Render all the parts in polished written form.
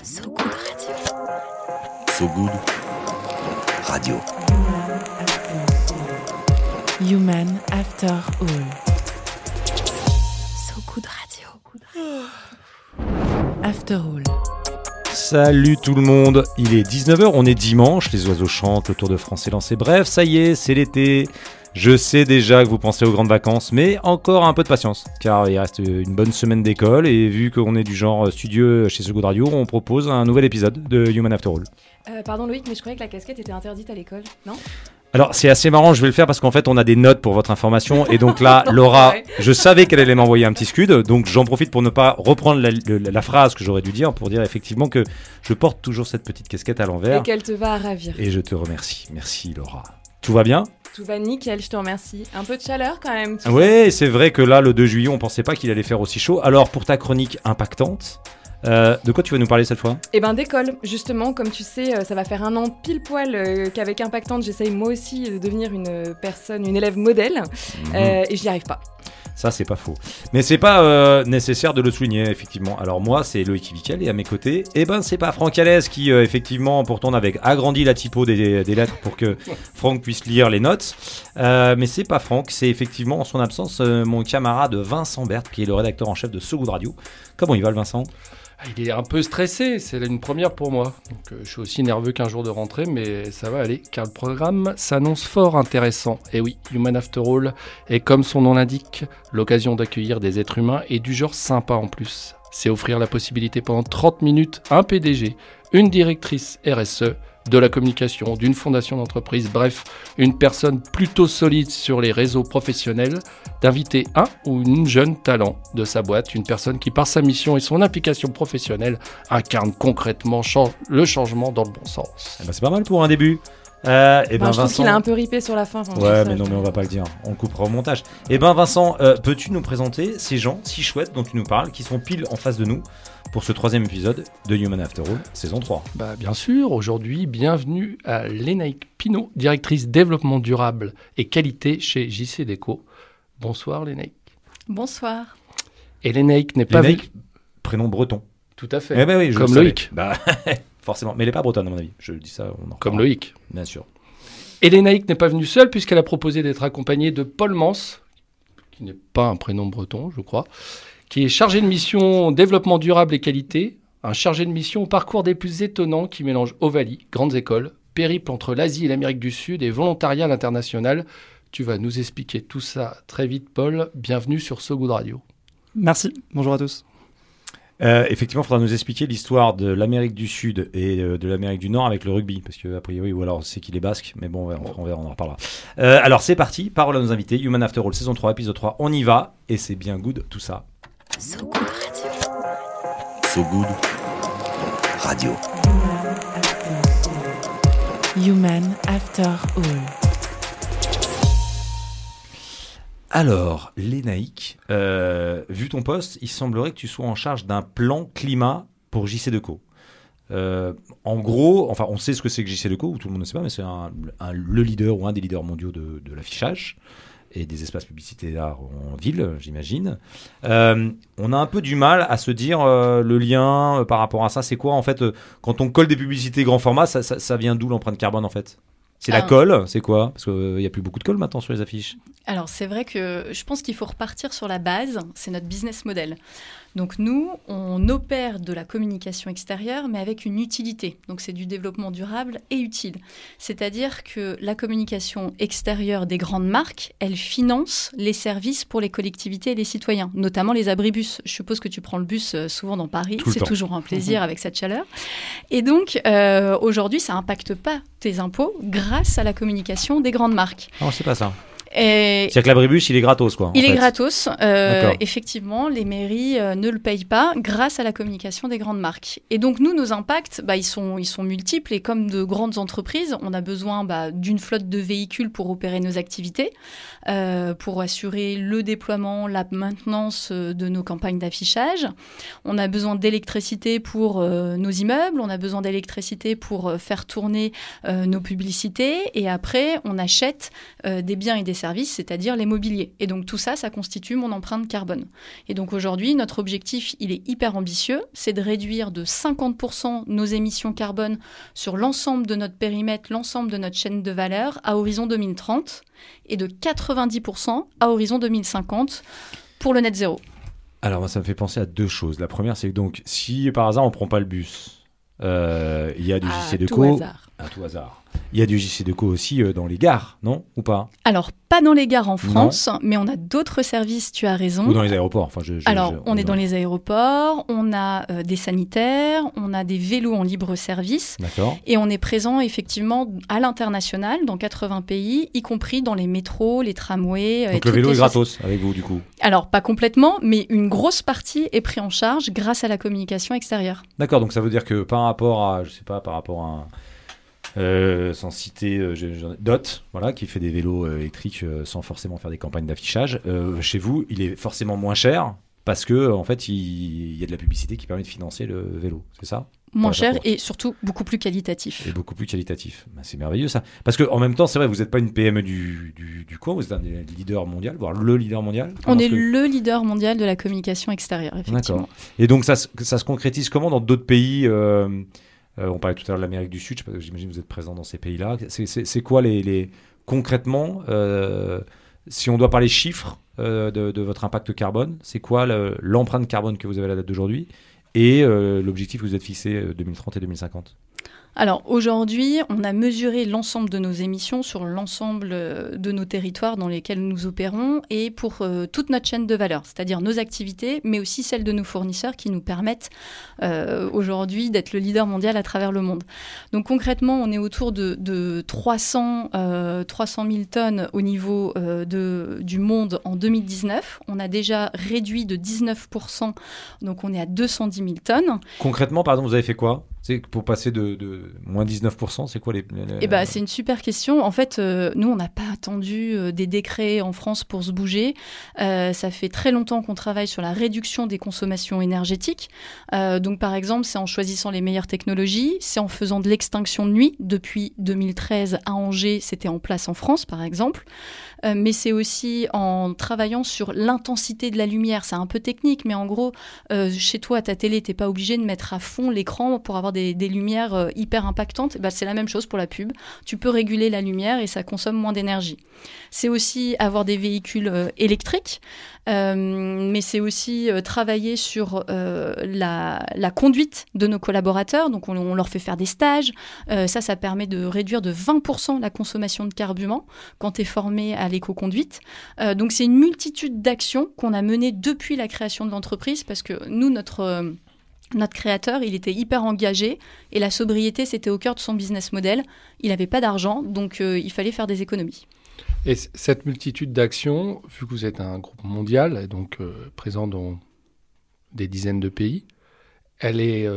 So Good Radio. So Good Radio. Human After All. So Good Radio. After All. Salut tout le monde, il est 19h, on est dimanche, les oiseaux chantent, le Tour de France est lancé, bref, ça y est, c'est l'été. Je sais déjà que vous pensez aux grandes vacances, mais encore un peu de patience, car il reste une bonne semaine d'école, et vu qu'on est du genre studieux chez So Good Radio, on propose un nouvel épisode de Human After All. Pardon Loïc, mais je croyais que la casquette était interdite à l'école, non ? Alors c'est assez marrant, je vais le faire parce qu'en fait on a des notes pour votre information, et donc là, Laura, je savais qu'elle allait m'envoyer un petit scud, donc j'en profite pour ne pas reprendre la phrase que j'aurais dû dire, pour dire effectivement que je porte toujours cette petite casquette à l'envers. Et qu'elle te va à ravir. Et je te remercie, merci Laura. Tout va bien ? Tout va nickel, je te remercie. Un peu de chaleur quand même. Oui, c'est vrai que là, le 2 juillet, on pensait pas qu'il allait faire aussi chaud. Alors, pour ta chronique impactante, de quoi tu vas nous parler cette fois ? Eh ben d'école, justement, comme tu sais, ça va faire un an pile poil qu'avec Impactante, j'essaye moi aussi de devenir une élève modèle, et j'y arrive pas. Ça, c'est pas faux. Mais c'est pas nécessaire de le souligner, effectivement. Alors moi, c'est Loïc Vical, et à mes côtés, c'est pas Franck Alès qui, effectivement, pourtant, on avait agrandi la typo des lettres pour que Franck puisse lire les notes. Mais c'est pas Franck, c'est effectivement, en son absence, mon camarade Vincent Berthe, qui est le rédacteur en chef de So Good Radio. Comment il va, le Vincent ? Il est un peu stressé, c'est une première pour moi. Donc, je suis aussi nerveux qu'un jour de rentrée, mais ça va aller, car le programme s'annonce fort intéressant. Et oui, Human After All est, comme son nom l'indique, l'occasion d'accueillir des êtres humains et du genre sympa en plus. C'est offrir la possibilité pendant 30 minutes à un PDG, une directrice RSE, de la communication, d'une fondation d'entreprise, bref, une personne plutôt solide sur les réseaux professionnels, d'inviter un ou une jeune talent de sa boîte, une personne qui, par sa mission et son implication professionnelle, incarne concrètement le changement dans le bon sens. C'est pas mal pour un début. Je trouve qu'il a un peu ripé sur la fin. Ouais, mais non, mais on va pas le dire. On le coupera au montage. Vincent, peux-tu nous présenter ces gens si chouettes dont tu nous parles, qui sont pile en face de nous pour ce 3e épisode de Human After All, saison 3. Bien sûr, aujourd'hui, bienvenue à Lénaïque Pinault, directrice développement durable et qualité chez JCDecaux. Bonsoir Lénaïque. Bonsoir. Et Lénaïque n'est pas... prénom breton. Tout à fait, oui, comme Loïc. Forcément, mais elle n'est pas bretonne à mon avis, je dis ça. Comme Loïc. Bien sûr. Et Lénaïque n'est pas venue seule puisqu'elle a proposé d'être accompagnée de Paul Mans, qui n'est pas un prénom breton, je crois, qui est chargé de mission développement durable et qualité, un chargé de mission au parcours des plus étonnants qui mélange Ovalie, grandes écoles, périple entre l'Asie et l'Amérique du Sud et volontariat à l'international. Tu vas nous expliquer tout ça très vite, Paul. Bienvenue sur So Good Radio. Merci, bonjour à tous. Effectivement, il faudra nous expliquer l'histoire de l'Amérique du Sud et de l'Amérique du Nord avec le rugby, parce que a priori, ou alors c'est qu'il est basque, mais bon, on en reparlera. Alors c'est parti, parole à nos invités, Human After All, saison 3, épisode 3, on y va, et c'est bien good tout ça. So Good Radio. So Good Radio. Human After All. Alors, Lénaïque, vu ton poste, il semblerait que tu sois en charge d'un plan climat pour JCDecaux. En gros, on sait ce que c'est que JCDecaux, ou tout le monde ne sait pas, mais c'est le leader ou un des leaders mondiaux de l'affichage et des espaces publicitaires en ville, j'imagine. On a un peu du mal à se dire le lien par rapport à ça. C'est quoi, en fait, quand on colle des publicités grand format, ça vient d'où l'empreinte carbone, en fait ? C'est la colle, c'est quoi ? Parce qu'il n'y a plus beaucoup de colle maintenant sur les affiches. Alors c'est vrai que je pense qu'il faut repartir sur la base, c'est notre business model. Donc nous, on opère de la communication extérieure, mais avec une utilité. Donc c'est du développement durable et utile. C'est-à-dire que la communication extérieure des grandes marques, elle finance les services pour les collectivités et les citoyens, notamment les abribus. Je suppose que tu prends le bus souvent dans Paris, c'est toujours un plaisir avec cette chaleur. Et donc aujourd'hui, ça n'impacte pas tes impôts grâce à la communication des grandes marques. Non, c'est pas ça. C'est-à-dire que l'abribus, il est gratos, quoi. Il est gratos. Effectivement, les mairies ne le payent pas grâce à la communication des grandes marques. Et donc, nous, nos impacts, ils sont multiples. Et comme de grandes entreprises, on a besoin d'une flotte de véhicules pour opérer nos activités, pour assurer le déploiement, la maintenance de nos campagnes d'affichage. On a besoin d'électricité pour nos immeubles. On a besoin d'électricité pour faire tourner nos publicités. Et après, on achète des biens et des services, c'est-à-dire les mobiliers. Et donc tout ça, ça constitue mon empreinte carbone. Et donc aujourd'hui, notre objectif, il est hyper ambitieux, c'est de réduire de 50% nos émissions carbone sur l'ensemble de notre périmètre, l'ensemble de notre chaîne de valeur à horizon 2030 et de 90% à horizon 2050 pour le net zéro. Alors, moi, ça me fait penser à deux choses. La première, c'est que donc, si par hasard, on ne prend pas le bus, il y a du JC Decaux. À tout hasard. Il y a du JC Decaux aussi dans les gares, non? Ou pas? Alors, pas dans les gares en France, mais on a d'autres services, tu as raison. Ou dans les aéroports. Enfin, on est dans les aéroports, on a des sanitaires, on a des vélos en libre service. D'accord. Et on est présent effectivement à l'international, dans 80 pays, y compris dans les métros, les tramways. Donc le vélo est gratos avec vous, du coup? Alors, pas complètement, mais une grosse partie est prise en charge grâce à la communication extérieure. D'accord, donc ça veut dire que par rapport à, je sais pas, par rapport à sans citer Dot, voilà, qui fait des vélos électriques sans forcément faire des campagnes d'affichage, chez vous, il est forcément moins cher parce que en fait, il y a de la publicité qui permet de financer le vélo, c'est ça? Moins cher et surtout beaucoup plus qualitatif. Et beaucoup plus qualitatif. Ben, c'est merveilleux ça. Parce qu'en même temps, c'est vrai, vous n'êtes pas une PME du coin, vous êtes un des leaders mondial, voire le leader mondial. On est le leader mondial de la communication extérieure, effectivement. D'accord. Et donc ça se concrétise comment dans d'autres pays on parlait tout à l'heure de l'Amérique du Sud, j'imagine que vous êtes présent dans ces pays-là. C'est quoi concrètement, si on doit parler chiffres de votre impact carbone, c'est quoi l'empreinte carbone que vous avez à la date d'aujourd'hui et l'objectif que vous êtes fixé 2030 et 2050? Alors aujourd'hui, on a mesuré l'ensemble de nos émissions sur l'ensemble de nos territoires dans lesquels nous opérons et pour toute notre chaîne de valeur, c'est-à-dire nos activités, mais aussi celles de nos fournisseurs qui nous permettent aujourd'hui d'être le leader mondial à travers le monde. Donc concrètement, on est autour de 300 000 tonnes au niveau du monde en 2019. On a déjà réduit de 19%, donc on est à 210 000 tonnes. Concrètement, pardon, vous avez fait quoi? C'est pour passer de moins 19%, c'est quoi les... C'est une super question. En fait, nous, on n'a pas attendu des décrets en France pour se bouger. Ça fait très longtemps qu'on travaille sur la réduction des consommations énergétiques. Donc, par exemple, c'est en choisissant les meilleures technologies, c'est en faisant de l'extinction de nuit. Depuis 2013, à Angers, c'était en place en France, par exemple. Mais c'est aussi en travaillant sur l'intensité de la lumière. C'est un peu technique, mais en gros, chez toi, à ta télé, tu n'es pas obligé de mettre à fond l'écran pour avoir des lumières hyper impactantes. C'est la même chose pour la pub. Tu peux réguler la lumière et ça consomme moins d'énergie. C'est aussi avoir des véhicules électriques, mais c'est aussi travailler sur la conduite de nos collaborateurs. Donc, on leur fait faire des stages. Ça permet de réduire de 20% la consommation de carburant quand tu es formé à l'éco-conduite. Donc, c'est une multitude d'actions qu'on a menées depuis la création de l'entreprise parce que nous, notre créateur, il était hyper engagé et la sobriété, c'était au cœur de son business model. Il n'avait pas d'argent, donc il fallait faire des économies. Et cette multitude d'actions, vu que vous êtes un groupe mondial, et donc présent dans des dizaines de pays, elle est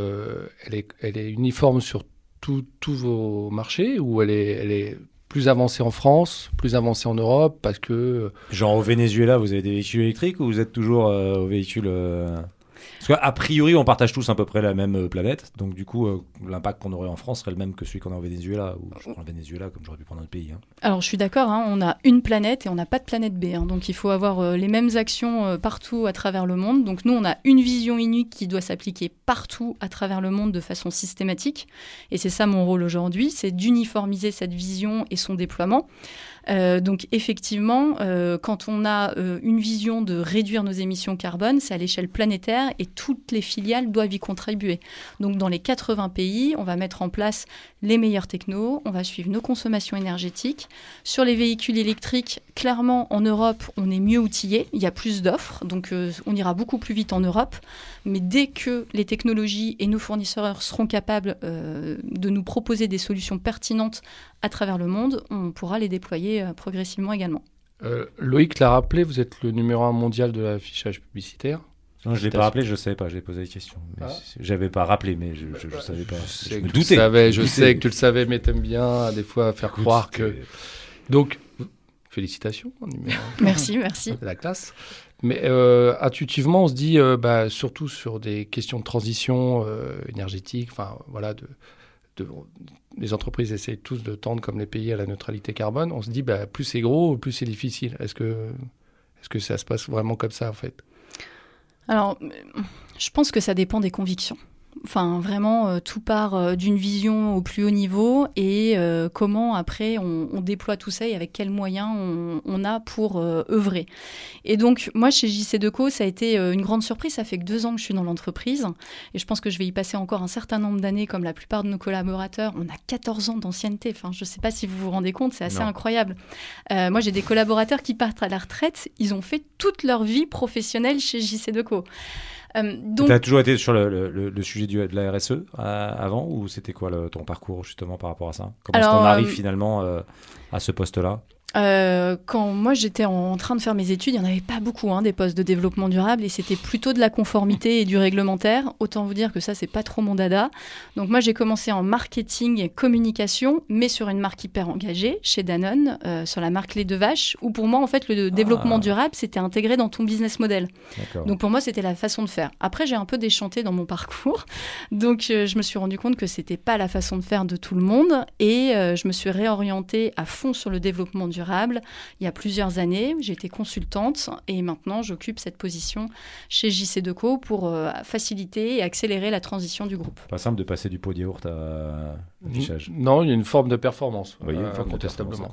uniforme sur tous vos marchés ou elle est plus avancée en France, plus avancée en Europe parce que... Genre au Venezuela, vous avez des véhicules électriques ou vous êtes toujours aux véhicules... Parce qu'a priori, on partage tous à peu près la même planète. Donc, du coup, l'impact qu'on aurait en France serait le même que celui qu'on a au Venezuela. Ou je prends le Venezuela comme j'aurais pu prendre un autre pays. Alors, je suis d'accord. On a une planète et on n'a pas de planète B. Donc, il faut avoir les mêmes actions partout à travers le monde. Donc, nous, on a une vision unique qui doit s'appliquer partout à travers le monde de façon systématique. Et c'est ça mon rôle aujourd'hui, c'est d'uniformiser cette vision et son déploiement. Donc effectivement, quand on a une vision de réduire nos émissions carbone, c'est à l'échelle planétaire et toutes les filiales doivent y contribuer. Donc dans les 80 pays, on va mettre en place les meilleures technos, on va suivre nos consommations énergétiques. Sur les véhicules électriques, clairement en Europe, on est mieux outillé, il y a plus d'offres, donc on ira beaucoup plus vite en Europe. Mais dès que les technologies et nos fournisseurs seront capables de nous proposer des solutions pertinentes à travers le monde, on pourra les déployer progressivement également. Loïc l'a rappelé, vous êtes le numéro 1 mondial de l'affichage publicitaire. Non, je ne l'ai pas rappelé, je ne savais pas, j'ai posé des questions. Je n'avais pas rappelé, mais je ne savais pas. Je me doutais. Je sais que tu le savais, mais tu aimes bien des fois faire croire que... Donc, félicitations. Merci. La classe. Mais intuitivement, on se dit, surtout sur des questions de transition énergétique, les entreprises essayent tous de tendre comme les pays à la neutralité carbone, on se dit plus c'est gros, plus c'est difficile. Est-ce que ça se passe vraiment comme ça en fait ? Alors, je pense que ça dépend des convictions. Enfin, vraiment, tout part d'une vision au plus haut niveau et comment, après, on déploie tout ça et avec quels moyens on a pour œuvrer. Et donc, moi, chez JC Deco, ça a été une grande surprise. Ça fait que 2 ans que je suis dans l'entreprise et je pense que je vais y passer encore un certain nombre d'années comme la plupart de nos collaborateurs. On a 14 ans d'ancienneté. Enfin, je ne sais pas si vous vous rendez compte, c'est assez incroyable. Moi, j'ai des collaborateurs qui partent à la retraite. Ils ont fait toute leur vie professionnelle chez JC Deco. Donc... Tu as toujours été sur le sujet de la RSE avant ou c'était quoi ton parcours justement par rapport à ça ? Comment est-ce qu'on arrive finalement à ce poste-là ? Quand moi j'étais en train de faire mes études, il n'y en avait pas beaucoup des postes de développement durable et c'était plutôt de la conformité et du réglementaire. Autant vous dire que ça, c'est pas trop mon dada. Donc moi j'ai commencé en marketing et communication, mais sur une marque hyper engagée, chez Danone, sur la marque lait de vache, où pour moi en fait le développement durable c'était intégré dans ton business model. D'accord. Donc pour moi c'était la façon de faire. Après j'ai un peu déchanté dans mon parcours, donc je me suis rendu compte que c'était pas la façon de faire de tout le monde et je me suis réorientée à fond sur le développement durable. Il y a plusieurs années, j'ai été consultante et maintenant j'occupe cette position chez JC Deco pour faciliter et accélérer la transition du groupe. Pas simple de passer du pot de yaourt à affichage. Non, il y a une forme de performance. Oui, incontestablement.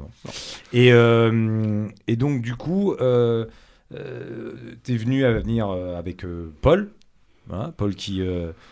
Et donc du coup, tu es venu à venir avec Paul, Paul qui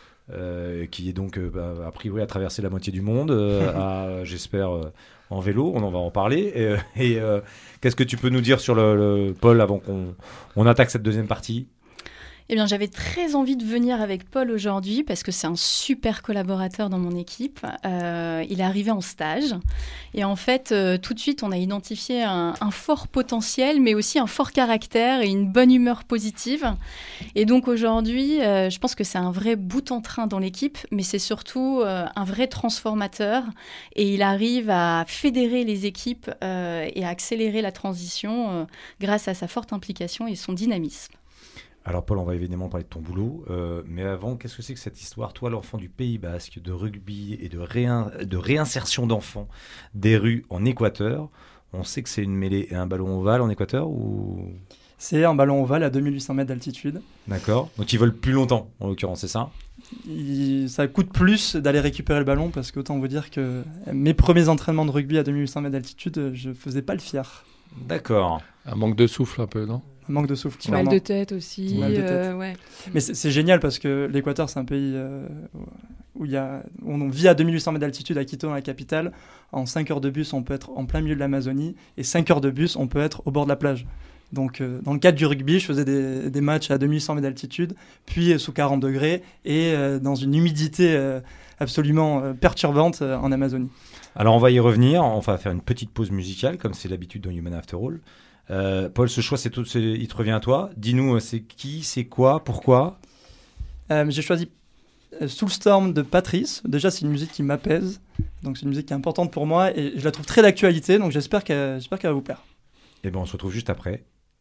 est donc a priori a traversé la moitié du monde, j'espère en vélo, on va en parler. Et qu'est-ce que tu peux nous dire sur le Paul avant qu'on attaque cette deuxième partie ? Eh bien, j'avais très envie de venir avec Paul aujourd'hui parce que c'est un super collaborateur dans mon équipe. Il est arrivé en stage et en fait, tout de suite, on a identifié un fort potentiel, mais aussi un fort caractère et une bonne humeur positive. Et donc aujourd'hui, je pense que c'est un vrai bout en train dans l'équipe, mais c'est surtout un vrai transformateur et il arrive à fédérer les équipes et à accélérer la transition grâce à sa forte implication et son dynamisme. Alors Paul, on va évidemment parler de ton boulot, mais avant, qu'est-ce que c'est que cette histoire ? Toi, l'enfant du Pays Basque, de rugby et de réinsertion d'enfants des rues en Équateur, on sait que c'est une mêlée et un ballon ovale en Équateur ou... C'est un ballon ovale à 2800 mètres d'altitude. D'accord, donc ils volent plus longtemps en l'occurrence, c'est ça ? Ça coûte plus d'aller récupérer le ballon parce qu'autant vous dire que mes premiers entraînements de rugby à 2800 mètres d'altitude, je faisais pas le fier. D'accord. Un manque de souffle un peu, non ? Un manque de souffle. Petit mal de tête aussi. Ouais. Mais c'est génial parce que l'Équateur, c'est un pays où on vit à 2800 mètres d'altitude à Quito, dans la capitale. En 5 heures de bus, on peut être en plein milieu de l'Amazonie. Et 5 heures de bus, on peut être au bord de la plage. Donc, dans le cadre du rugby, je faisais des matchs à 2800 mètres d'altitude, puis sous 40 degrés et dans une humidité absolument perturbante en Amazonie. Alors, on va y revenir. On va faire une petite pause musicale, comme c'est l'habitude dans Human After All. Paul, ce choix, il te revient à toi. Dis-nous, c'est qui, c'est quoi, pourquoi ? J'ai choisi Soulstorm de Patrice. Déjà, c'est une musique qui m'apaise. Donc, c'est une musique qui est importante pour moi et je la trouve très d'actualité. Donc, j'espère qu'elle va vous plaire. Et bien, on se retrouve juste après.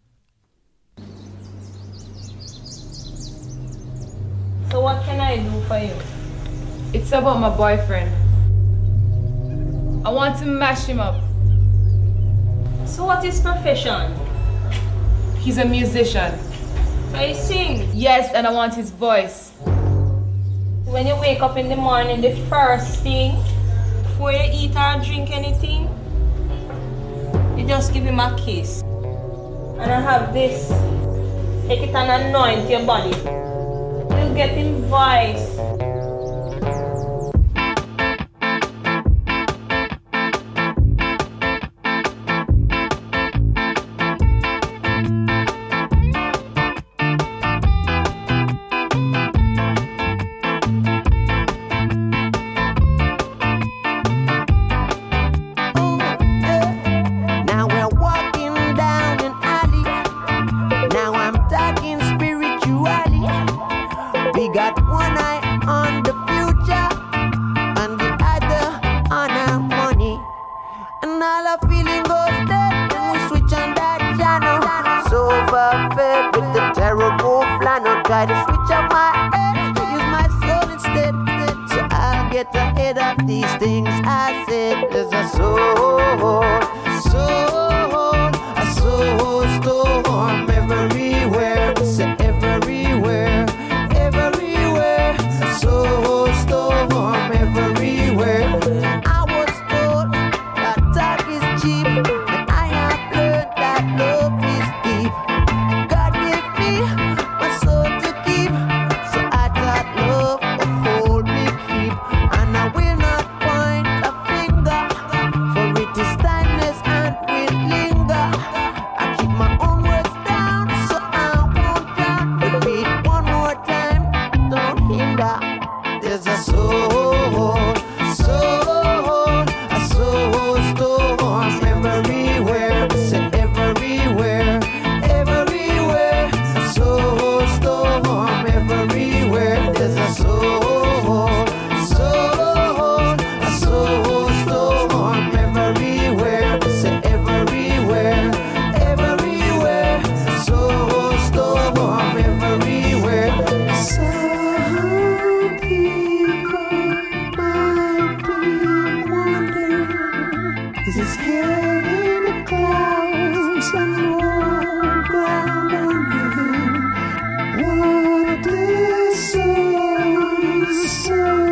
So what can I do for you? It's about my boyfriend. I want to mash him up. So what is profession? He's a musician. So he sings? Yes, and I want his voice. When you wake up in the morning, the first thing, before you eat or drink anything, you just give him a kiss. And I have this. Take it and anoint your body. You'll get him voice. Try to switch up my head, use my soul instead. So I'll get ahead these things I said. There's a soul storm everywhere. Say everywhere, everywhere. A soul storm everywhere. I was told that talk is cheap, and I have learned that love is deep. God gave me my soul to keep, so I thought love would hold me keep. And I will not point a finger, for it is timeless and will linger. I keep my own words down, so I won't drown. Repeat one more time, don't hinder. There's a soul storm everywhere. Say everywhere, everywhere. A soul storm everywhere. There's a soul storm everywhere. Say everywhere, everywhere. A soul storm everywhere. Some people might be wondering, is his head in the clouds and no ground under him? What this soul's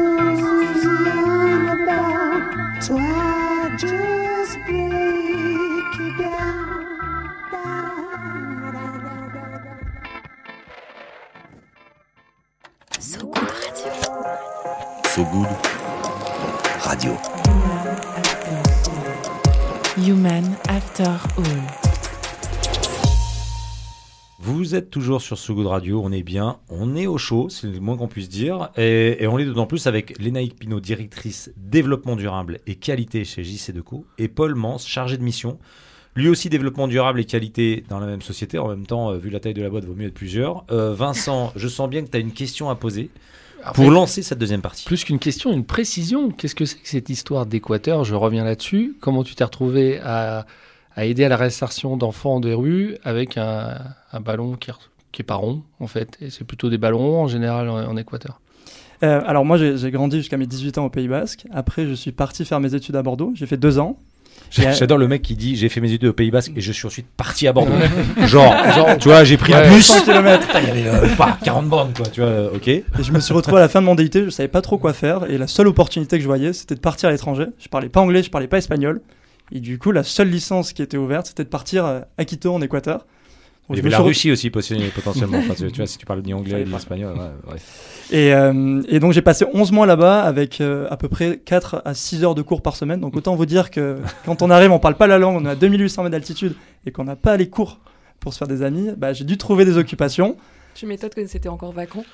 young about? So I just break it down. So Good Radio. So Good Radio. Human After All. Vous êtes toujours sur So Good Radio, on est bien, on est au chaud, c'est le moins qu'on puisse dire, et on est d'autant plus avec Lénaïque Pinault, directrice développement durable et qualité chez JC2Co, et Paul Mans, chargé de mission, lui aussi développement durable et qualité dans la même société. En même temps, vu la taille de la boîte, vaut mieux être plusieurs. Vincent, je sens bien que tu as une question à poser pour lancer cette deuxième partie. Plus qu'une question, une précision. Qu'est-ce que c'est que cette histoire d'Équateur? Je reviens là-dessus. Comment tu t'es retrouvé à aider à la réinsertion d'enfants des rues avec un ballon qui est pas rond, en fait, et c'est plutôt des ballons ronds en général en Équateur? Alors moi, j'ai grandi jusqu'à mes 18 ans au Pays Basque. Après, je suis parti faire mes études à Bordeaux. J'ai fait 2 ans. J'adore le mec qui dit j'ai fait mes études au Pays Basque et je suis ensuite parti à Bordeaux. genre, tu vois, j'ai pris le bus. 100 km. Il y avait 40 bornes, quoi, tu vois, ok. Et je me suis retrouvé à la fin de mon DUT, je savais pas trop quoi faire. Et la seule opportunité que je voyais, c'était de partir à l'étranger. Je parlais pas anglais, je parlais pas espagnol. Et du coup, la seule licence qui était ouverte, c'était de partir à Quito, en Équateur. Il y avait la Russie aussi potentiellement. Enfin, tu vois, si tu parles ni anglais ni espagnol, ouais, bref. Et donc j'ai passé 11 mois là-bas avec à peu près 4 à 6 heures de cours par semaine. Donc autant vous dire que quand on arrive, on parle pas la langue, on est à 2800 mètres d'altitude et qu'on n'a pas les cours pour se faire des amis, bah, j'ai dû trouver des occupations. Tu m'étonnes que c'était encore vacant.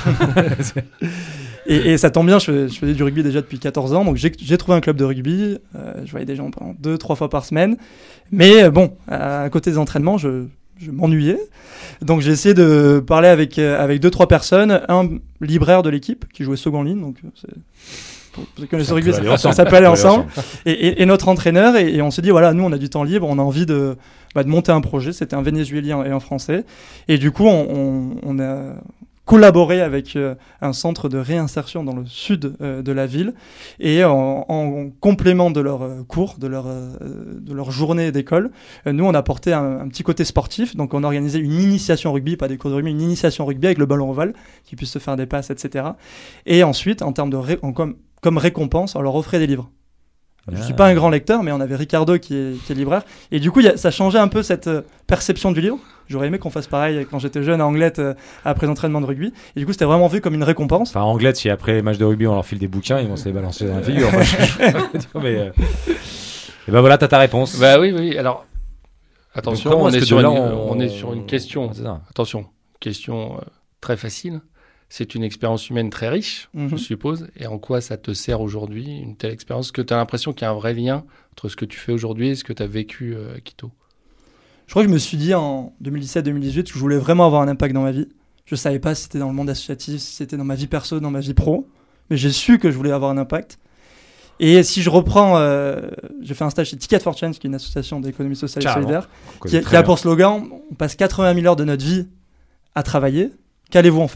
et ça tombe bien, je faisais du rugby déjà depuis 14 ans, donc j'ai trouvé un club de rugby. Je voyais des gens pendant 2-3 fois par semaine. Mais bon, à côté des entraînements, je m'ennuyais. Donc j'ai essayé de parler avec 2-3 personnes, un libraire de l'équipe qui jouait seconde ligne, donc vous connaissez le rugby, ça peut aller ensemble. Et notre entraîneur, et on s'est dit voilà, nous on a du temps libre, on a envie de monter un projet. C'était un Vénézuélien et un Français, et du coup on a collaboré avec un centre de réinsertion dans le sud de la ville, et en complément de leurs cours, de leur journée d'école, nous on apportait un petit côté sportif. Donc on organisait une initiation rugby, pas des cours de rugby, une initiation rugby avec le ballon ovale qui puisse se faire des passes, etc. Et ensuite, en termes de comme récompense, on leur offrait des livres. Je suis pas un grand lecteur, mais on avait Ricardo qui est libraire, et du coup ça changeait un peu cette perception du livre. J'aurais aimé qu'on fasse pareil quand j'étais jeune à Anglette après l'entraînement de rugby, et du coup c'était vraiment vu comme une récompense. Enfin, Anglette, si après les matchs de rugby on leur file des bouquins, ils vont se les balancer dans la figure. Mais et ben voilà, t'as ta réponse. Bah oui. Alors attention, on est sur une question. Attention, question très facile. C'est une expérience humaine très riche, je suppose. Et en quoi ça te sert aujourd'hui, une telle expérience? Que tu as l'impression qu'il y a un vrai lien entre ce que tu fais aujourd'hui et ce que tu as vécu à Quito? Je crois que je me suis dit en 2017-2018 que je voulais vraiment avoir un impact dans ma vie. Je ne savais pas si c'était dans le monde associatif, si c'était dans ma vie perso, dans ma vie pro. Mais j'ai su que je voulais avoir un impact. Et si je reprends, j'ai fait un stage chez Ticket for Change, qui est une association d'économie sociale et solidaire, qui a pour slogan « On passe 80 000 heures de notre vie à travailler. Qu'allez-vous en faire ?»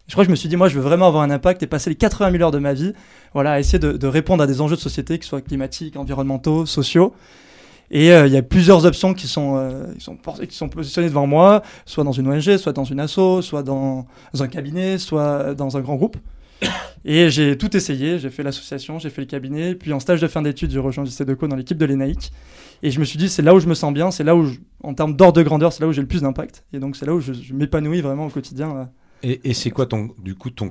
Je crois que je me suis dit, moi, je veux vraiment avoir un impact et passer les 80 000 heures de ma vie, voilà, à essayer de répondre à des enjeux de société, qui soient climatiques, environnementaux, sociaux. Et il y a plusieurs options qui sont positionnées devant moi, soit dans une ONG, soit dans une asso, soit dans un cabinet, soit dans un grand groupe. Et j'ai tout essayé, j'ai fait l'association, j'ai fait le cabinet, puis en stage de fin d'études, j'ai rejoint JC Deco dans l'équipe de l'ENAIC. Et je me suis dit, c'est là où je me sens bien, c'est là où, en termes d'ordre de grandeur, c'est là où j'ai le plus d'impact. Et donc c'est là où je m'épanouis vraiment au quotidien. Et c'est quoi ton quotidien ?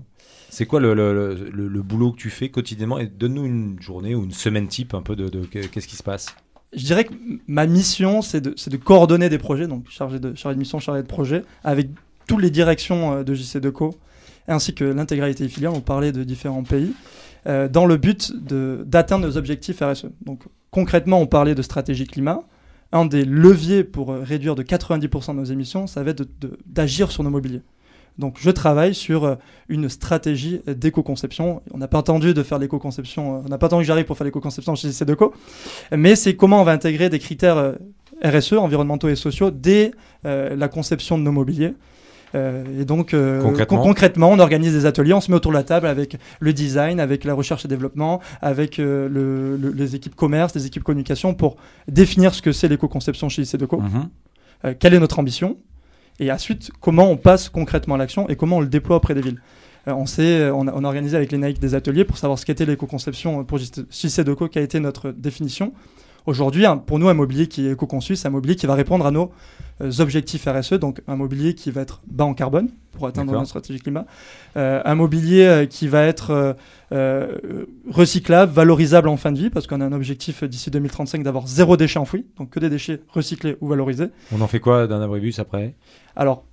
C'est quoi le boulot que tu fais quotidiennement ? Et donne-nous une journée ou une semaine type un peu de qu'est-ce qui se passe ? Je dirais que ma mission, c'est de coordonner des projets, donc chargé de mission, chargé de projet, avec toutes les directions de JC Deco, ainsi que l'intégralité des filiales. On parlait de différents pays, dans le but d'atteindre nos objectifs RSE. Donc concrètement, on parlait de stratégie climat. Un des leviers pour réduire de 90% de nos émissions, ça va être d'agir sur nos mobiliers. Donc je travaille sur une stratégie d'éco-conception. On n'a pas attendu de faire l'éco-conception, on n'a pas attendu que j'arrive pour faire l'éco-conception chez JC Deco, mais c'est comment on va intégrer des critères RSE, environnementaux et sociaux, dès la conception de nos mobiliers. Et donc concrètement, on organise des ateliers, on se met autour de la table avec le design, avec la recherche et développement, avec les équipes commerce, les équipes communication, pour définir ce que c'est l'éco-conception chez JC Deco. Quelle est notre ambition ? Et ensuite, comment on passe concrètement à l'action et comment on le déploie auprès des villes. On a organisé avec l'ENAIC des ateliers pour savoir ce qu'était l'éco-conception pour JC Deco, quelle a été notre définition. Aujourd'hui, pour nous, un mobilier qui est éco-conçu, c'est un mobilier qui va répondre à nos objectifs RSE, donc un mobilier qui va être bas en carbone pour atteindre notre stratégie climat, un mobilier qui va être recyclable, valorisable en fin de vie, parce qu'on a un objectif d'ici 2035 d'avoir 0 déchet enfoui, donc que des déchets recyclés ou valorisés. On en fait quoi d'un abribus après ? Alors,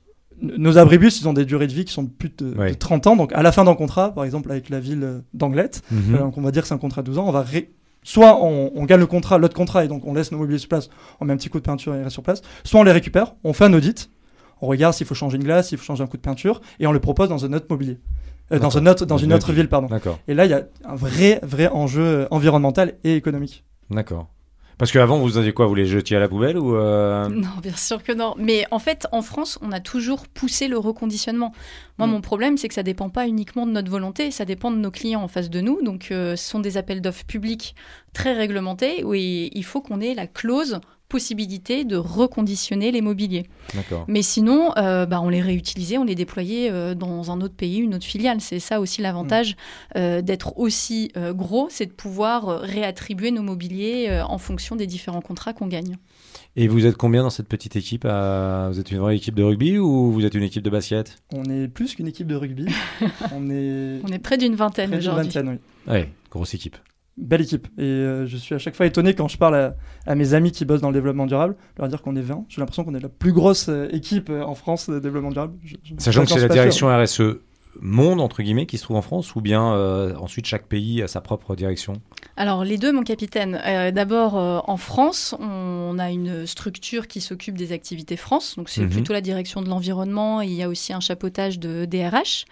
nos abribus, ils ont des durées de vie qui sont de plus de 30 ans, donc à la fin d'un contrat, par exemple avec la ville d'Anglet, donc on va dire que c'est un contrat de 12 ans, on va soit on gagne l'autre contrat et donc on laisse nos mobiliers sur place, on met un petit coup de peinture et il reste sur place, soit on les récupère, on fait un audit, on regarde s'il faut changer une glace, s'il faut changer un coup de peinture et on le propose dans un autre mobilier. Dans une autre ville, pardon. D'accord. Et là, il y a un vrai enjeu environnemental et économique. D'accord. Parce qu'avant, vous aviez quoi ? Vous les jetiez à la poubelle ou Non, bien sûr que non. Mais en fait, en France, on a toujours poussé le reconditionnement. Moi, mon problème, c'est que ça ne dépend pas uniquement de notre volonté, ça dépend de nos clients en face de nous. Donc, ce sont des appels d'offres publics très réglementés où il faut qu'on ait la clause possibilité de reconditionner les mobiliers. D'accord. Mais sinon, on les réutilisait, on les déployait dans un autre pays, une autre filiale. C'est ça aussi l'avantage d'être aussi gros, c'est de pouvoir réattribuer nos mobiliers en fonction des différents contrats qu'on gagne. Et vous êtes combien dans cette petite équipe ? Vous êtes une vraie équipe de rugby ou vous êtes une équipe de basket ? On est plus qu'une équipe de rugby. On est près d'une vingtaine aujourd'hui. Près d'une vingtaine, oui. Ouais, grosse équipe. Belle équipe. Et je suis à chaque fois étonné quand je parle à mes amis qui bossent dans le développement durable, leur dire qu'on est 20. J'ai l'impression qu'on est la plus grosse équipe en France de développement durable. Sachant que c'est la direction RSE monde, entre guillemets, qui se trouve en France, ou bien ensuite chaque pays a sa propre direction ? Alors les deux, mon capitaine. D'abord, en France, on a une structure qui s'occupe des activités France, donc c'est plutôt la direction de l'environnement, et il y a aussi un chapeautage de DRH.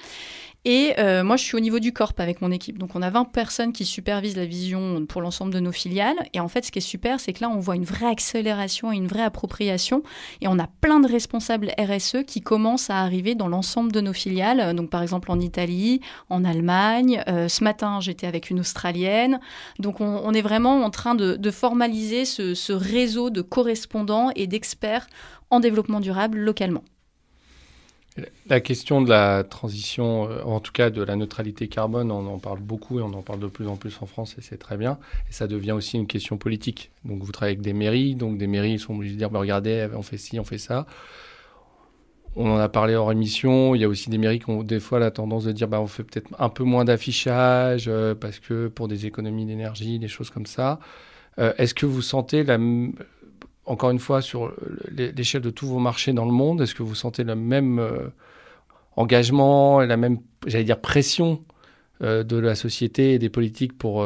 Et moi, je suis au niveau du corp avec mon équipe. Donc, on a 20 personnes qui supervisent la vision pour l'ensemble de nos filiales. Et en fait, ce qui est super, c'est que là, on voit une vraie accélération et une vraie appropriation. Et on a plein de responsables RSE qui commencent à arriver dans l'ensemble de nos filiales. Donc, par exemple, en Italie, en Allemagne. Ce matin, j'étais avec une Australienne. Donc, on est vraiment en train de formaliser ce réseau de correspondants et d'experts en développement durable localement. La question de la transition, en tout cas de la neutralité carbone, on en parle beaucoup et on en parle de plus en plus en France et c'est très bien. Et ça devient aussi une question politique. Donc vous travaillez avec des mairies, donc des mairies sont obligées de dire regardez, on fait ci, on fait ça. On en a parlé hors émission, il y a aussi des mairies qui ont des fois la tendance de dire on fait peut-être un peu moins d'affichage parce que pour des économies d'énergie, des choses comme ça. Est-ce que vous sentez encore une fois, sur l'échelle de tous vos marchés dans le monde, est-ce que vous sentez le même engagement et la même, j'allais dire, pression de la société et des politiques pour...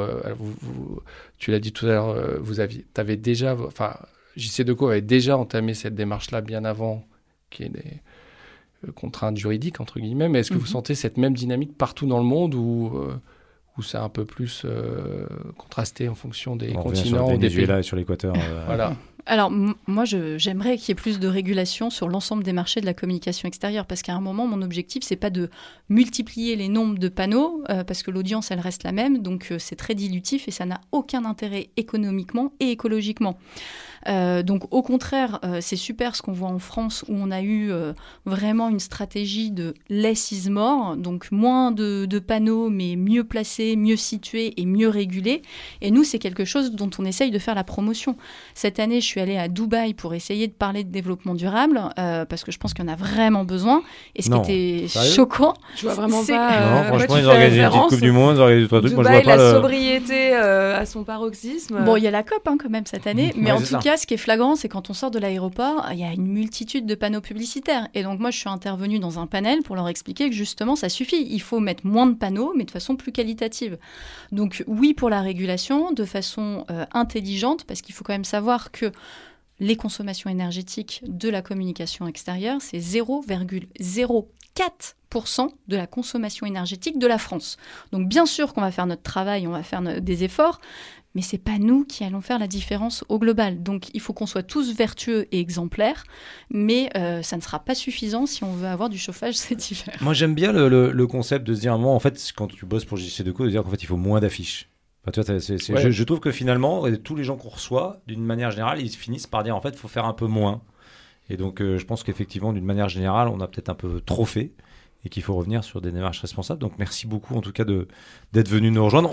tu l'as dit tout à l'heure, t'avais déjà... Enfin, JC Deco avait déjà entamé cette démarche-là bien avant qu'il y ait des contraintes juridiques, entre guillemets, mais est-ce que vous sentez cette même dynamique partout dans le monde où c'est un peu plus contrasté en fonction des continents ou des pays. Venezuela et sur l'équateur. Voilà. Alors, moi, j'aimerais qu'il y ait plus de régulation sur l'ensemble des marchés de la communication extérieure, parce qu'à un moment, mon objectif, c'est pas de multiplier les nombres de panneaux, parce que l'audience, elle reste la même, donc c'est très dilutif et ça n'a aucun intérêt économiquement et écologiquement. Donc au contraire, c'est super ce qu'on voit en France où on a eu vraiment une stratégie de less is more, donc moins de panneaux mais mieux placés, mieux situés et mieux régulés. Et nous, c'est quelque chose dont on essaye de faire la promotion. Cette année, je suis allée à Dubaï pour essayer de parler de développement durable parce que je pense qu'il y en a vraiment besoin. Et ce qui était choquant, je vois vraiment c'est... pas. Non, franchement, ils organisent une petite Coupe du Monde, ils organisent 3 trucs. Dubaï, moi, je vois pas la sobriété à son paroxysme. Bon, il y a la COP quand même cette année, mais en tout ça. cas, ce qui est flagrant, c'est quand on sort de l'aéroport, il y a une multitude de panneaux publicitaires. Et donc moi, je suis intervenue dans un panel pour leur expliquer que justement, ça suffit. Il faut mettre moins de panneaux, mais de façon plus qualitative. Donc oui pour la régulation, de façon intelligente, parce qu'il faut quand même savoir que les consommations énergétiques de la communication extérieure, c'est 0,04% de la consommation énergétique de la France. Donc bien sûr qu'on va faire notre travail, on va faire des efforts, mais ce n'est pas nous qui allons faire la différence au global. Donc il faut qu'on soit tous vertueux et exemplaires, mais ça ne sera pas suffisant si on veut avoir du chauffage cet hiver. Moi, j'aime bien le concept de se dire, moi, en fait, quand tu bosses pour JC Deco, de dire qu'en fait, il faut moins d'affiches. Enfin, tu vois, Ouais. je trouve que finalement, tous les gens qu'on reçoit, d'une manière générale, ils finissent par dire, en fait, il faut faire un peu moins. Et donc, je pense qu'effectivement, d'une manière générale, on a peut-être un peu trop fait et qu'il faut revenir sur des démarches responsables. Donc, merci beaucoup, en tout cas, d'être venu nous rejoindre.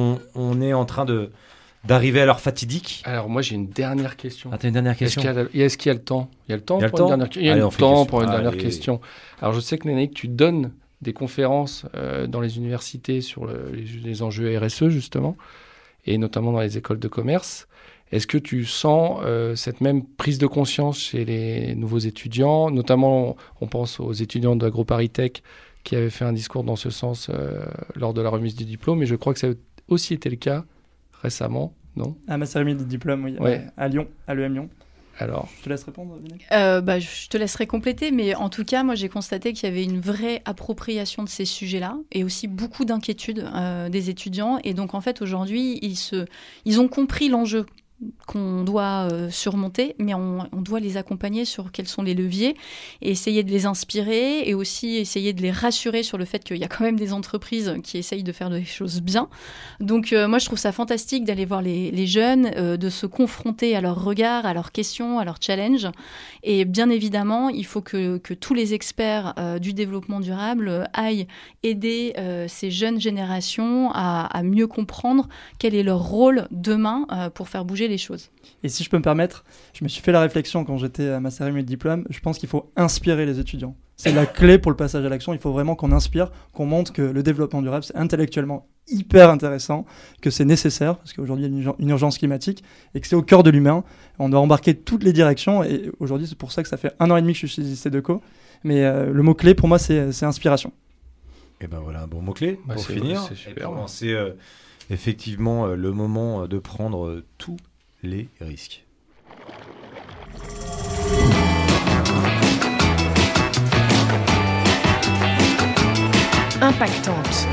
On est en train d'arriver à l'heure fatidique. Alors moi j'ai une dernière question. Ah, t'as une dernière question? Est-ce qu'il y a le temps? Il y a le temps Il y a pour le une temps dernière question. Il y a Allez, le on fait temps question. pour une dernière Allez. question. Alors je sais que Nénéique, tu donnes des conférences dans les universités sur les enjeux RSE justement, et notamment dans les écoles de commerce. Est-ce que tu sens cette même prise de conscience chez les nouveaux étudiants? Notamment, on pense aux étudiants d'AgroParisTech qui avaient fait un discours dans ce sens lors de la remise du diplôme, et je crois que ça a aussi été le cas récemment, non? À ma cérémonie de diplôme, oui, Ouais. à Lyon, à l'EM Lyon. Alors, Je te laisse répondre, Vinac. Je te laisserai compléter, mais en tout cas, moi, j'ai constaté qu'il y avait une vraie appropriation de ces sujets-là et aussi beaucoup d'inquiétudes des étudiants. Et donc, en fait, aujourd'hui, ils ont compris l'enjeu qu'on doit surmonter, mais on doit les accompagner sur quels sont les leviers et essayer de les inspirer et aussi essayer de les rassurer sur le fait qu'il y a quand même des entreprises qui essayent de faire des choses bien. Donc moi, je trouve ça fantastique d'aller voir les jeunes, de se confronter à leurs regards, à leurs questions, à leurs challenges. Et bien évidemment, il faut que tous les experts du développement durable aillent aider ces jeunes générations à mieux comprendre quel est leur rôle demain pour faire bouger les choses. Et si je peux me permettre, je me suis fait la réflexion quand j'étais à ma cérémonie de diplôme, je pense qu'il faut inspirer les étudiants. C'est la clé pour le passage à l'action, il faut vraiment qu'on inspire, qu'on montre que le développement durable, c'est intellectuellement hyper intéressant, que c'est nécessaire, parce qu'aujourd'hui il y a une urgence climatique, et que c'est au cœur de l'humain. On doit embarquer toutes les directions, et aujourd'hui c'est pour ça que ça fait 1 an et demi que je suis chez JC Deco, mais le mot-clé pour moi c'est inspiration. Et ben voilà un bon mot-clé Bah, pour c'est- finir. c'est super, Et puis, ouais. c'est effectivement le moment de prendre tous les risques. Impactante.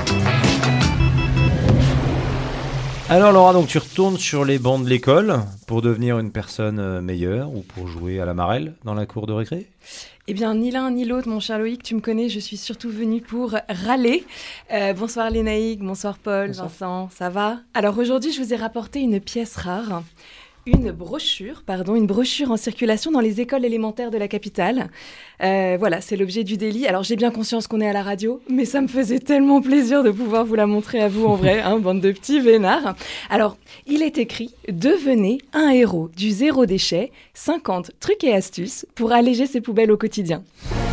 Alors Laura, donc tu retournes sur les bancs de l'école pour devenir une personne meilleure ou pour jouer à la marelle dans la cour de récré? Eh bien, ni l'un ni l'autre, mon cher Loïc, tu me connais, je suis surtout venue pour râler. Bonsoir Lénaïque, bonsoir Paul, Bonsoir. Vincent, ça va? Alors aujourd'hui, je vous ai rapporté une pièce rare, une brochure en circulation dans les écoles élémentaires de la capitale. Voilà, c'est l'objet du délit. Alors j'ai bien conscience qu'on est à la radio, mais ça me faisait tellement plaisir de pouvoir vous la montrer à vous en vrai, hein, bande de petits vénards. Alors, il est écrit « Devenez un héros du zéro déchet, 50 trucs et astuces pour alléger ses poubelles au quotidien ».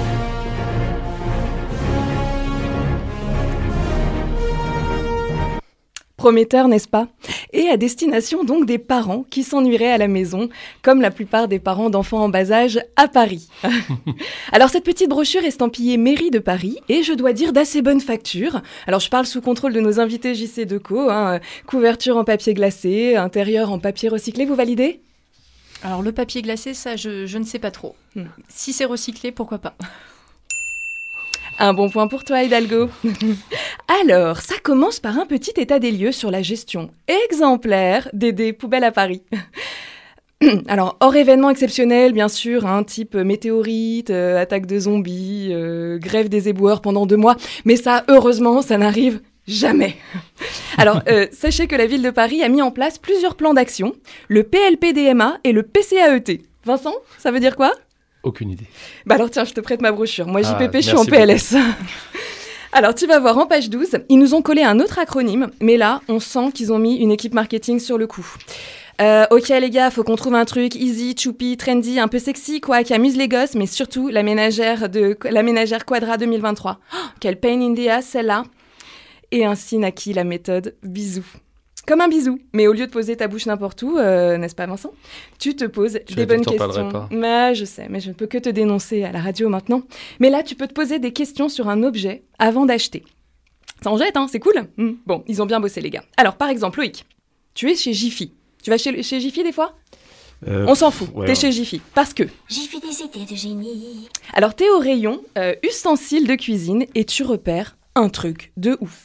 Prometteur, n'est-ce pas? Et à destination donc des parents qui s'ennuieraient à la maison, comme la plupart des parents d'enfants en bas âge à Paris. Alors cette petite brochure est estampillée Mairie de Paris et je dois dire d'assez bonne facture. Alors je parle sous contrôle de nos invités JC Deco, hein, couverture en papier glacé, intérieur en papier recyclé, vous validez? Alors le papier glacé, ça, je ne sais pas trop. Si c'est recyclé, pourquoi pas? Un bon point pour toi, Hidalgo. Alors, ça commence par un petit état des lieux sur la gestion exemplaire des poubelles à Paris. Alors, hors événement exceptionnel, bien sûr, type météorite, attaque de zombies, grève des éboueurs pendant 2 mois. Mais ça, heureusement, ça n'arrive jamais. Alors, sachez que la ville de Paris a mis en place plusieurs plans d'action, le PLPDMA et le PCAET. Vincent, ça veut dire quoi ? Aucune idée. Bah alors tiens, je te prête ma brochure. Moi, JPP, je suis en merci PLS. Alors, tu vas voir en page 12, ils nous ont collé un autre acronyme, mais là, on sent qu'ils ont mis une équipe marketing sur le coup. Ok les gars, faut qu'on trouve un truc easy, choupi, trendy, un peu sexy, quoi, qui amuse les gosses, mais surtout la ménagère Quadra 2023. Oh, quelle pain in the ass, celle-là. Et ainsi naquit la méthode bisou. Comme un bisou, mais au lieu de poser ta bouche n'importe où, n'est-ce pas Vincent ? Tu te poses des bonnes questions. Mais je sais, mais je ne peux que te dénoncer à la radio maintenant. Mais là, tu peux te poser des questions sur un objet avant d'acheter. Ça en jette, c'est cool. Bon, ils ont bien bossé les gars. Alors par exemple, Loïc, tu es chez Jiffy. Tu vas chez Jiffy des fois ? On s'en fout, t'es chez Jiffy. Parce que... Jiffy des idées de génie. Alors t'es au rayon ustensiles de cuisine et tu repères un truc de ouf.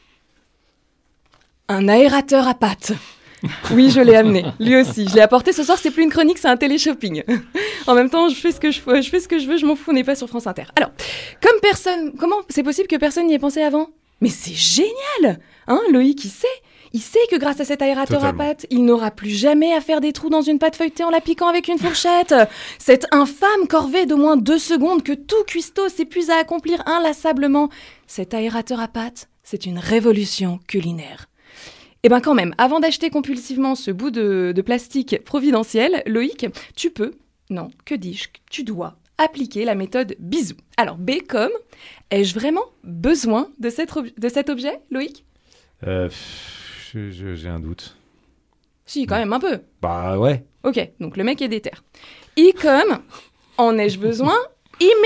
Un aérateur à pâtes. Oui, je l'ai amené. Lui aussi. Je l'ai apporté ce soir. C'est plus une chronique, c'est un télé-shopping. En même temps, je fais ce que je veux. Je m'en fous. On n'est pas sur France Inter. Alors, comment c'est possible que personne n'y ait pensé avant ? Mais c'est génial, Loïc, il sait que grâce à cet aérateur à pâtes, il n'aura plus jamais à faire des trous dans une pâte feuilletée en la piquant avec une fourchette. Cette infâme corvée d'au moins 2 secondes que tout cuistot s'épuise à accomplir inlassablement. Cet aérateur à pâtes, c'est une révolution culinaire. Eh bien quand même, avant d'acheter compulsivement ce bout de plastique providentiel, Loïc, tu dois appliquer la méthode bisou. Alors B comme, ai-je vraiment besoin de cet objet, Loïc ? J'ai un doute. Si, quand même un peu. Bah ouais. Ok, donc le mec est déter. I comme, en ai-je besoin immédiatement ?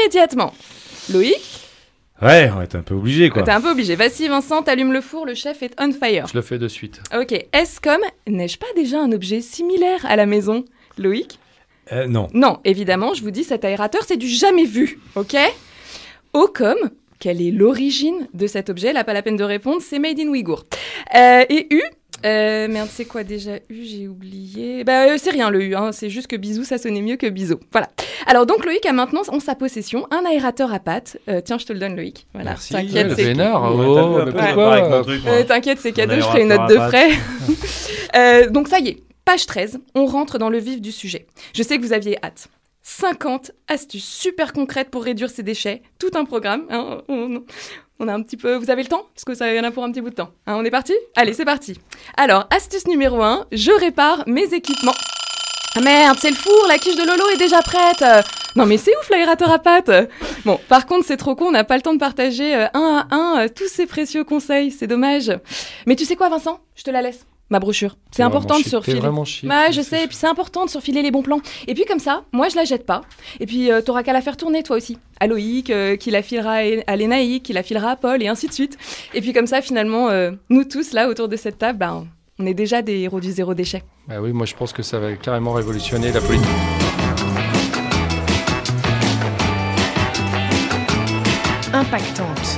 Loïc ? Ouais, on est un peu obligé, quoi. T'es un peu obligé. Vas-y, Vincent, t'allumes le four, le chef est on fire. Je le fais de suite. Ok. S comme, n'ai-je pas déjà un objet similaire à la maison ? Loïc ? Non. Non, évidemment, je vous dis, cet aérateur, c'est du jamais vu, ok ? O comme, quelle est l'origine de cet objet ? Là, pas la peine de répondre, c'est made in Ouïghour. Et U, merde, c'est quoi déjà U ? J'ai oublié. C'est rien le U, c'est juste que bisou, ça sonnait mieux que biseau. Voilà. Alors donc Loïc a maintenant en sa possession un aérateur à pâtes. Tiens, je te le donne Loïc. Voilà. Merci. T'inquiète, Le c'est... vénard, T'inquiète, c'est cadeau, je ferai une note de frais. Donc ça y est, page 13, on rentre dans le vif du sujet. Je sais que vous aviez hâte. 50 astuces super concrètes pour réduire ses déchets. Tout un programme. On a un petit peu... Vous avez le temps ? Parce que ça y en a pour un petit bout de temps. On est parti ? Allez, c'est parti. Alors, astuce numéro 1, je répare mes équipements. Ah merde, c'est le four, la quiche de Lolo est déjà prête. Non mais c'est ouf l'aérateur à pâtes. Bon, par contre, c'est trop con, on n'a pas le temps de partager un à un tous ces précieux conseils, c'est dommage. Mais tu sais quoi Vincent ? Je te la laisse. Ma brochure. C'est important de surfiler. C'est vraiment chic. Je sais, et puis c'est important de surfiler les bons plans. Et puis comme ça, moi je la jette pas. Et puis t'auras qu'à la faire tourner toi aussi. À Loïc, qui la filera à Lénaïque, qui la filera à Paul, et ainsi de suite. Et puis comme ça, finalement, nous tous là autour de cette table, on est déjà des héros du zéro déchet. Bah oui, moi je pense que ça va carrément révolutionner la politique. Impactante.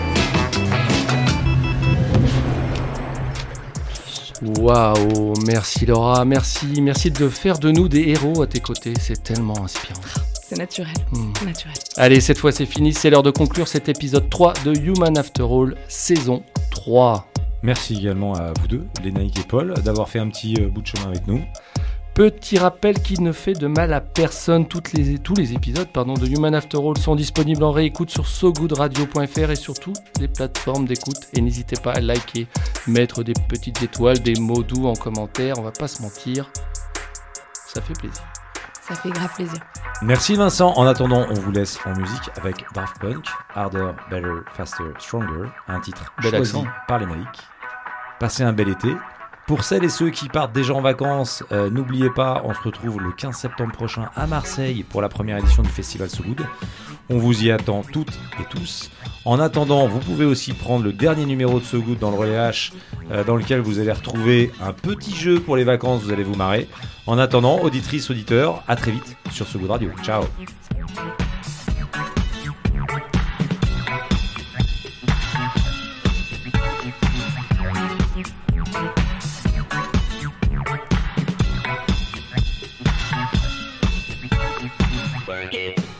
Waouh, merci Laura, merci de faire de nous des héros à tes côtés, c'est tellement inspirant. C'est naturel, c'est naturel. Allez, cette fois c'est fini, c'est l'heure de conclure cet épisode 3 de Human After All, saison 3. Merci également à vous deux, Lénaïque et Paul, d'avoir fait un petit bout de chemin avec nous. Petit rappel qui ne fait de mal à personne, tous les épisodes de Human After All sont disponibles en réécoute sur sogoodradio.fr et sur toutes les plateformes d'écoute. Et n'hésitez pas à liker, mettre des petites étoiles, des mots doux en commentaire, on va pas se mentir, ça fait plaisir. Ça fait grave plaisir. Merci Vincent. En attendant, on vous laisse en musique avec Daft Punk, Harder, Better, Faster, Stronger, un titre choisi par Lénaïque. Passez un bel été. Pour celles et ceux qui partent déjà en vacances, n'oubliez pas, on se retrouve le 15 septembre prochain à Marseille pour la première édition du Festival So Good. On vous y attend toutes et tous. En attendant, vous pouvez aussi prendre le dernier numéro de So Good dans le Relais H, dans lequel vous allez retrouver un petit jeu pour les vacances, vous allez vous marrer. En attendant, auditrices, auditeurs, à très vite sur So Good Radio. Ciao.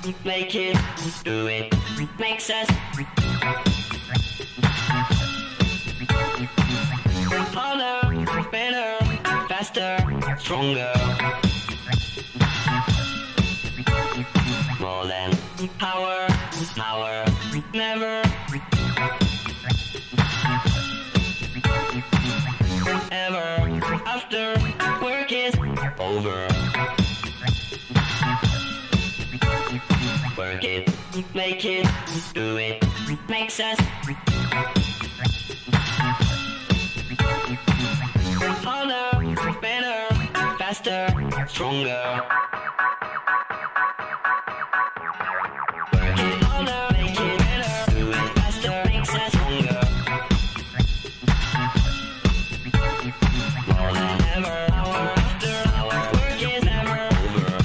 make it, do it, makes us harder, better, faster, stronger. More than power, never. Ever after work is over. Work it, make it, do it, makes us harder, better, faster, stronger. Work it harder, make it better, do it faster, makes us stronger. More than ever, hour after hour, work is never over.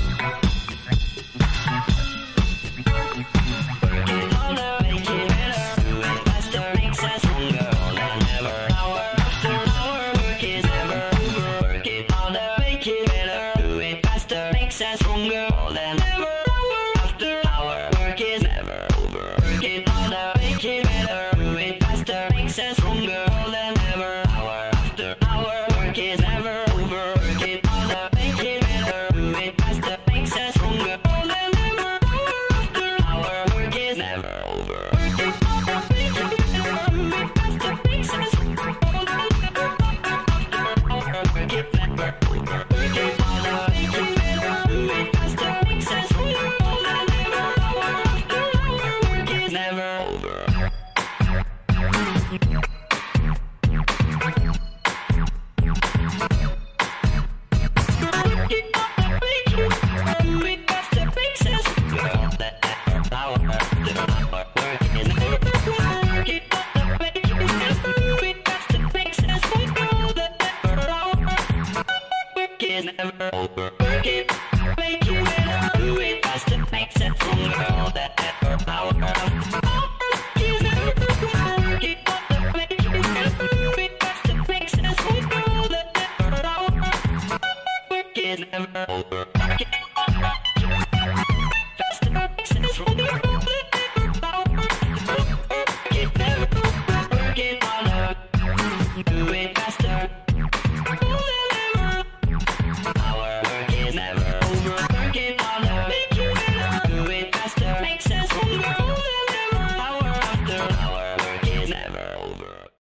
Work it harder, make it better, do it faster, makes us stronger. More than ever, hour after hour, work is never over. Work it harder, make it better, do it faster, makes us stronger. More than ever, hour after hour, work is never over. Work it harder, make it better, do it faster, makes us stronger. More than ever, hour after hour, work is never over. Work it harder, make it better, do it faster, makes us stronger. More than ever, hour after hour, work is never over. Work it harder, make it better, do it faster, makes us stronger. More than ever, hour after hour, work is never over. Work it harder, make it better, do it faster, makes us stronger. More than ever, hour after hour, work is never over. Never over. Work it, make it better, do it faster, makes it stronger. All that effort, power, is never over. Work it, make it better, do it faster, makes it stronger. All that effort, power, work is never over. Work it.